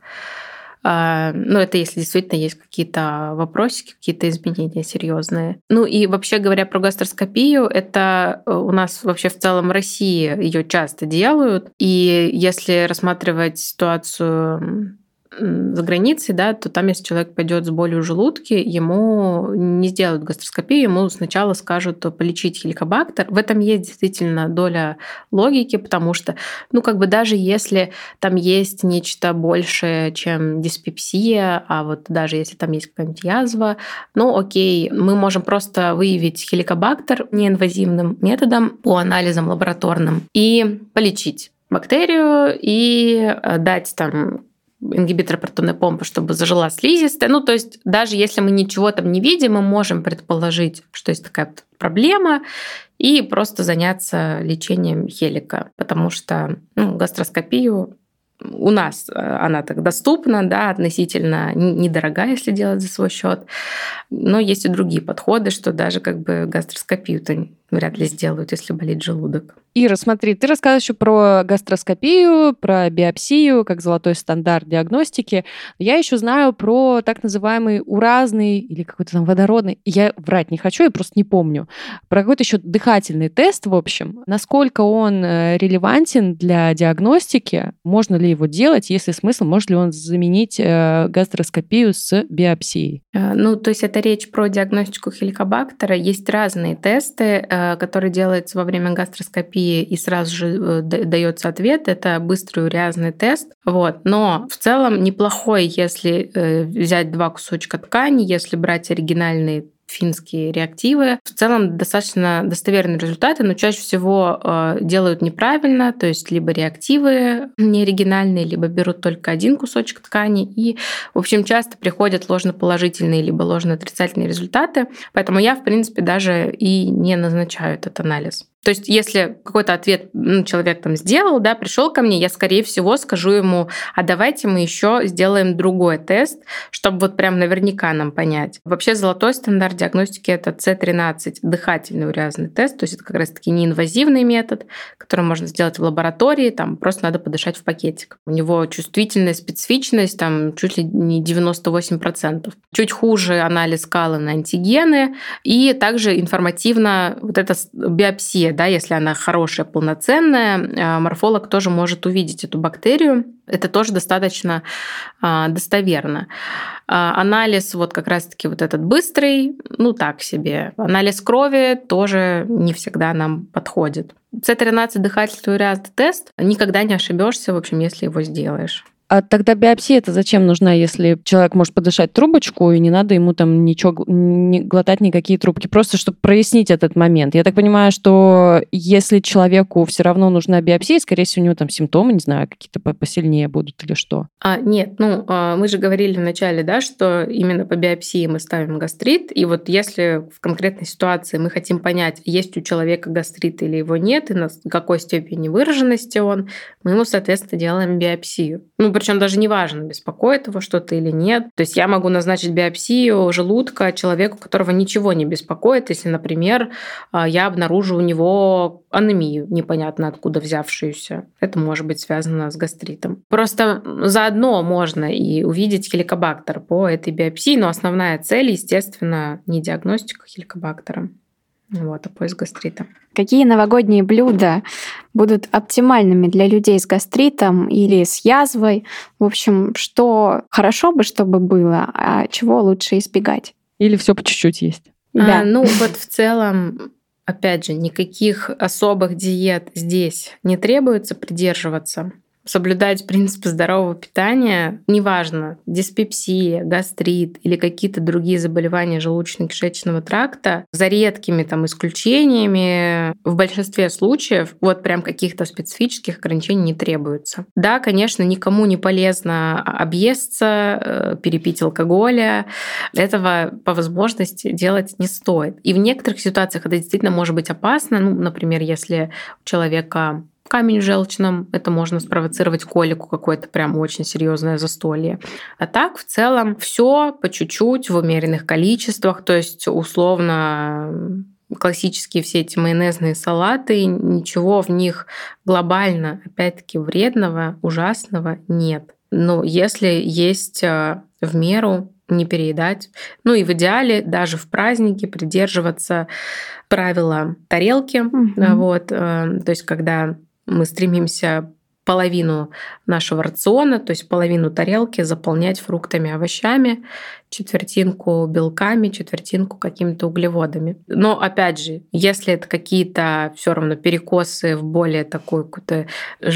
Ну, это если действительно есть какие-то вопросики, какие-то изменения серьезные. Ну и вообще говоря про гастроскопию, это у нас вообще в целом в России ее часто делают. И если рассматривать ситуацию за границей, да, то там, если человек пойдет с болью в желудке, ему не сделают гастроскопию, ему сначала скажут полечить хеликобактер. В этом есть действительно доля логики, потому что, ну, как бы даже если там есть нечто большее, чем диспепсия, а вот даже если там есть какая-нибудь язва, ну, окей, мы можем просто выявить хеликобактер неинвазивным методом по анализам лабораторным и полечить бактерию и дать там ингибитор протонной помпы, чтобы зажила слизистая. Ну, то есть даже если мы ничего там не видим, мы можем предположить, что есть такая проблема, и просто заняться лечением хелика, потому что гастроскопию у нас она так доступна, да, относительно недорогая, если делать за свой счет. Но есть и другие подходы, что даже как бы гастроскопию-то вряд ли сделают, если болит желудок. Ира, смотри, ты рассказываешь еще про гастроскопию, про биопсию, как золотой стандарт диагностики. Я еще знаю про так называемый уразный или какой-то там водородный, я врать не хочу, я просто не помню, про какой-то еще дыхательный тест, в общем. Насколько он релевантен для диагностики, можно ли его делать, есть ли смысл, может ли он заменить гастроскопию с биопсией? Ну, то есть это речь про диагностику хеликобактера. Есть разные тесты, которые делаются во время гастроскопии, и сразу же дается ответ. Это быстрый уреазный тест. Вот. Но в целом неплохой, если взять 2 кусочка ткани, если брать оригинальные финские реактивы. В целом достаточно достоверные результаты, но чаще всего делают неправильно, то есть либо реактивы неоригинальные, либо берут только один кусочек ткани, и, в общем, часто приходят ложноположительные либо ложноотрицательные результаты, поэтому я, в принципе, даже и не назначаю этот анализ. То есть, если какой-то ответ человек там сделал, да, пришел ко мне, я, скорее всего, скажу ему, а давайте мы еще сделаем другой тест, чтобы вот прям наверняка нам понять. Вообще, золотой стандарт диагностики — это C13, дыхательный уреазный тест, то есть это как раз-таки неинвазивный метод, который можно сделать в лаборатории, там просто надо подышать в пакетик. У него чувствительная специфичность там чуть ли не 98%. Чуть хуже анализ кала на антигены, и также информативно вот эта биопсия, да, если она хорошая, полноценная, морфолог тоже может увидеть эту бактерию. Это тоже достаточно достоверно. Анализ вот как раз-таки вот этот быстрый, ну так себе. Анализ крови тоже не всегда нам подходит. C13 дыхательный уреазный тест, никогда не ошибешься, в общем, если его сделаешь. А тогда биопсия это зачем нужна, если человек может подышать трубочку, и не надо ему там ничего не глотать никакие трубки, просто чтобы прояснить этот момент? Я так понимаю, что если человеку все равно нужна биопсия, скорее всего, у него там симптомы, не знаю, какие-то посильнее будут или что? Нет, мы же говорили вначале, да, что именно по биопсии мы ставим гастрит, и вот если в конкретной ситуации мы хотим понять, есть у человека гастрит или его нет, и на какой степени выраженности он, мы ему, соответственно, делаем биопсию. Причем даже не важно, беспокоит его что-то или нет. То есть я могу назначить биопсию желудка человеку, которого ничего не беспокоит, если, например, я обнаружу у него анемию, непонятно откуда взявшуюся. Это может быть связано с гастритом. Просто заодно можно и увидеть хеликобактер по этой биопсии, но основная цель, естественно, не диагностика хеликобактера, а поиск гастрита. Какие новогодние блюда будут оптимальными для людей с гастритом или с язвой? В общем, что хорошо бы, чтобы было, а чего лучше избегать? Или все по чуть-чуть есть? Да. В целом, опять же, никаких особых диет здесь не требуется придерживаться. Соблюдать принципы здорового питания, неважно, диспепсия, гастрит или какие-то другие заболевания желудочно-кишечного тракта, за редкими исключениями, в большинстве случаев прям каких-то специфических ограничений не требуется. Да, конечно, никому не полезно объесться, перепить алкоголя. Этого по возможности делать не стоит. И в некоторых ситуациях это действительно может быть опасно. Например, если у человека камень в желчном, это можно спровоцировать колику, какое-то прям очень серьезное застолье. А так, в целом, все по чуть-чуть, в умеренных количествах, то есть условно классические все эти майонезные салаты, ничего в них глобально, опять-таки, вредного, ужасного нет. Но если есть в меру, не переедать. И в идеале даже в праздники придерживаться правила тарелки. То есть когда мы стремимся половину нашего рациона, то есть половину тарелки заполнять фруктами, овощами, четвертинку белками, четвертинку какими-то углеводами. Но опять же, если это какие-то все равно перекосы в более такую какую-то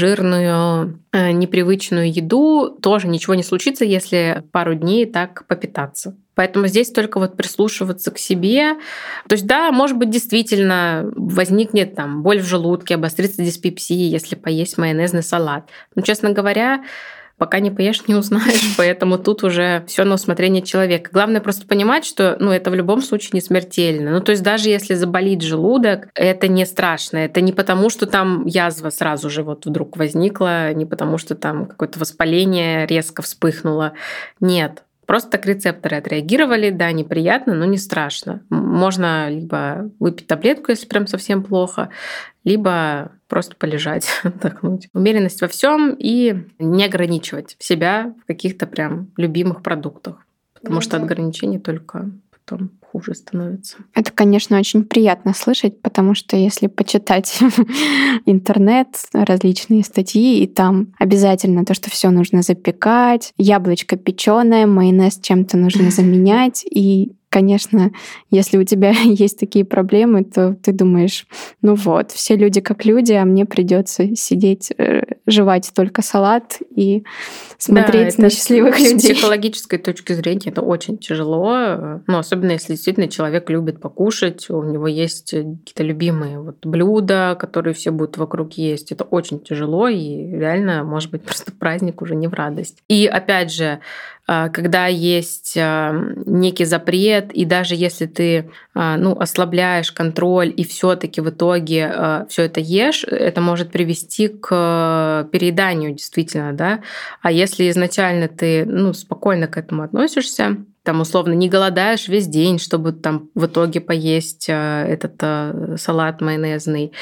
жирную, непривычную еду, тоже ничего не случится, если пару дней так попитаться. Поэтому здесь только прислушиваться к себе. То есть, да, может быть, действительно возникнет боль в желудке, обострится диспепсия, если поесть майонезный салат. Но, честно говоря, пока не поешь, не узнаешь, поэтому тут уже все на усмотрение человека. Главное просто понимать, что это в любом случае не смертельно. То есть даже если заболит желудок, это не страшно. Это не потому, что там язва сразу же вдруг возникла, не потому, что там какое-то воспаление резко вспыхнуло. Нет. Просто так рецепторы отреагировали, да, неприятно, но не страшно. Можно либо выпить таблетку, если прям совсем плохо, либо просто полежать, отдохнуть. Умеренность во всем и не ограничивать себя в каких-то прям любимых продуктах, потому что от ограничений только потом хуже становится. Это, конечно, очень приятно слышать, потому что если почитать интернет, различные статьи, и там обязательно то, что все нужно запекать, яблочко печеное, майонез чем-то нужно заменять, и конечно, если у тебя есть такие проблемы, то ты думаешь, все люди как люди, а мне придется сидеть, жевать только салат и смотреть на счастливых людей. С психологической точки зрения это очень тяжело, особенно если действительно человек любит покушать, у него есть какие-то любимые блюда, которые все будут вокруг есть. Это очень тяжело, и реально, может быть, просто праздник уже не в радость. И опять же, когда есть некий запрет, и даже если ты ослабляешь контроль и все-таки в итоге все это ешь, это может привести к перееданию действительно, да. А если изначально ты спокойно к этому относишься, условно не голодаешь весь день, чтобы в итоге поесть этот салат майонезный.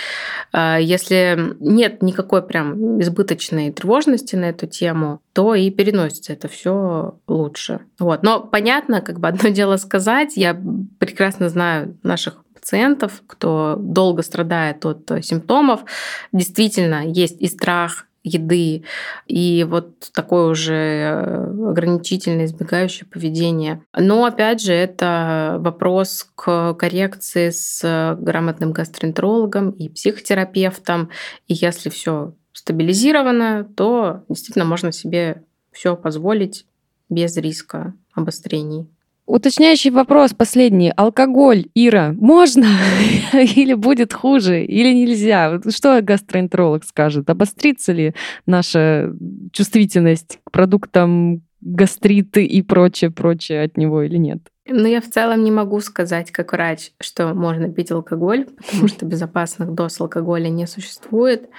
Если нет никакой прям избыточной тревожности на эту тему, то и переносится это все лучше. Но понятно, одно дело сказать, я прекрасно знаю наших пациентов, кто долго страдает от симптомов, действительно есть и страх еды, и такое уже ограничительное, избегающее поведение. Но, опять же, это вопрос к коррекции с грамотным гастроэнтерологом и психотерапевтом. И если все стабилизировано, то действительно можно себе все позволить без риска обострений. Уточняющий вопрос последний. Алкоголь, Ира, можно или будет хуже, или нельзя? Что гастроэнтеролог скажет? Обострится ли наша чувствительность к продуктам гастриты и прочее от него или нет? Но я в целом не могу сказать, как врач, что можно пить алкоголь, потому что безопасных доз алкоголя не существует.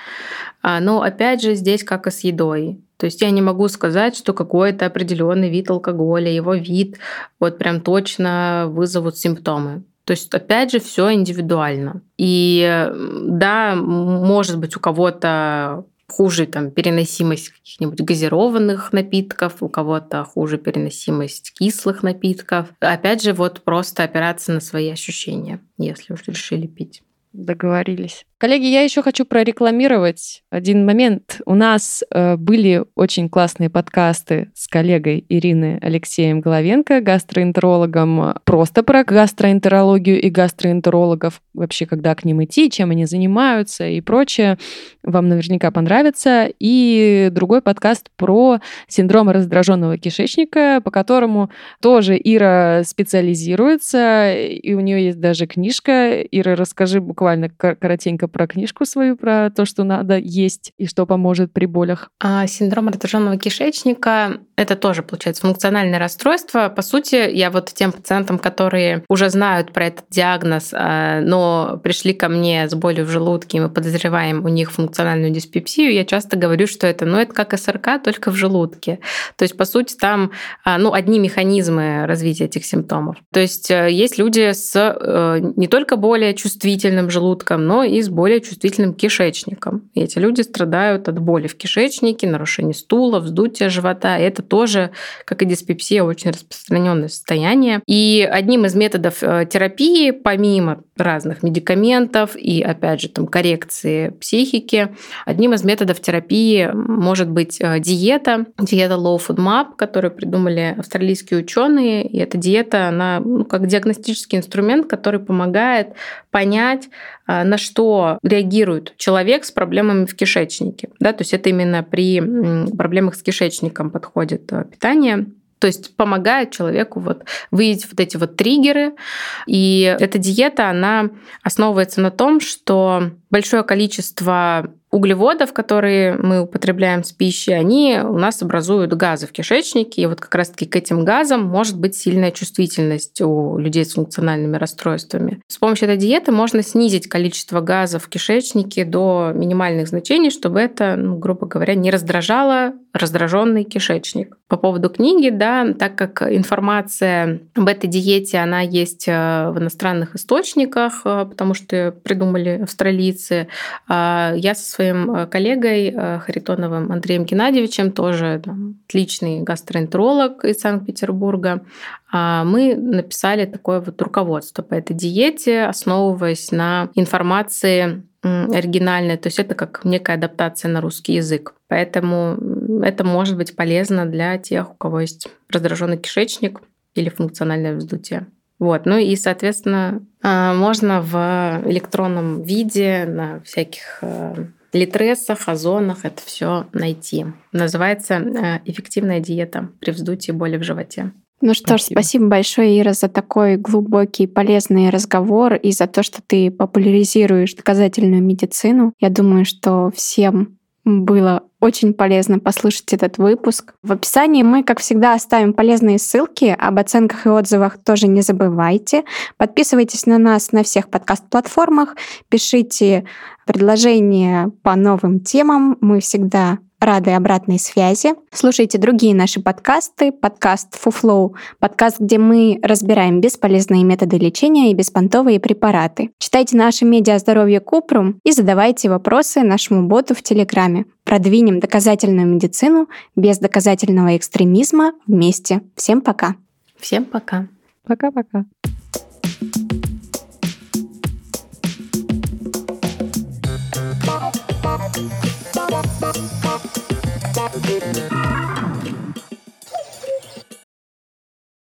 Но опять же, здесь как и с едой. То есть я не могу сказать, что какой-то определенный вид алкоголя, его вид вот прям точно вызовут симптомы. То есть, опять же, все индивидуально. И да, может быть, у кого-то хуже переносимость каких-нибудь газированных напитков, у кого-то хуже переносимость кислых напитков. Опять же, вот просто опираться на свои ощущения, если уж решили пить. Договорились. Коллеги, я еще хочу прорекламировать один момент. У нас были очень классные подкасты с коллегой Ириной Алексеем Головенко, гастроэнтерологом, просто про гастроэнтерологию и гастроэнтерологов, вообще когда к ним идти, чем они занимаются и прочее. Вам наверняка понравится. И другой подкаст про синдром раздраженного кишечника, по которому тоже Ира специализируется, и у нее есть даже книжка. Ира, расскажи буквально коротенько про книжку свою, про то, что надо есть и что поможет при болях. Синдром раздраженного кишечника — это тоже, получается, функциональное расстройство. По сути, я вот тем пациентам, которые уже знают про этот диагноз, но пришли ко мне с болью в желудке, и мы подозреваем у них функциональную диспепсию, я часто говорю, что это как СРК, только в желудке. То есть, по сути, там одни механизмы развития этих симптомов. То есть есть люди с не только более чувствительным желудком, но и с более чувствительным кишечником. И эти люди страдают от боли в кишечнике, нарушения стула, вздутия живота. И это тоже, как и диспепсия, очень распространенное состояние. И одним из методов терапии, помимо разных медикаментов и, опять же, коррекции психики, одним из методов терапии может быть диета Low Food Map, которую придумали австралийские ученые. И эта диета, она как диагностический инструмент, который помогает понять, на что реагирует человек с проблемами в кишечнике. Да? То есть это именно при проблемах с кишечником подходит питание. То есть помогает человеку выявить эти триггеры. И эта диета, она основывается на том, что большое количество углеводов, которые мы употребляем с пищей, они у нас образуют газы в кишечнике. И как раз-таки к этим газам может быть сильная чувствительность у людей с функциональными расстройствами. С помощью этой диеты можно снизить количество газов в кишечнике до минимальных значений, чтобы это, грубо говоря, не раздражало раздраженный кишечник. По поводу книги, да, так как информация об этой диете, она есть в иностранных источниках, потому что придумали австралийцы, я со своим коллегой Харитоновым Андреем Геннадьевичем, тоже отличный гастроэнтеролог из Санкт-Петербурга, мы написали такое руководство по этой диете, основываясь на информации оригинальной, то есть это как некая адаптация на русский язык. Поэтому это может быть полезно для тех, у кого есть раздраженный кишечник или функциональное вздутие. И, соответственно, можно в электронном виде на всяких литресах, озонах это все найти. Называется «Эффективная диета при вздутии и боли в животе». Ну что ж, спасибо большое, Ира, за такой глубокий, полезный разговор и за то, что ты популяризируешь доказательную медицину. Я думаю, что всем было очень полезно послушать этот выпуск. В описании мы, как всегда, оставим полезные ссылки. Об оценках и отзывах тоже не забывайте. Подписывайтесь на нас на всех подкаст-платформах. Пишите предложения по новым темам. Мы всегда рады обратной связи. Слушайте другие наши подкасты. Подкаст «Фуфлоу», подкаст, где мы разбираем бесполезные методы лечения и беспонтовые препараты. Читайте наши медиа «Здоровье Купрум» и задавайте вопросы нашему боту в Телеграме. Продвинем доказательную медицину без доказательного экстремизма вместе. Всем пока. Всем пока. Пока-пока. Thank you.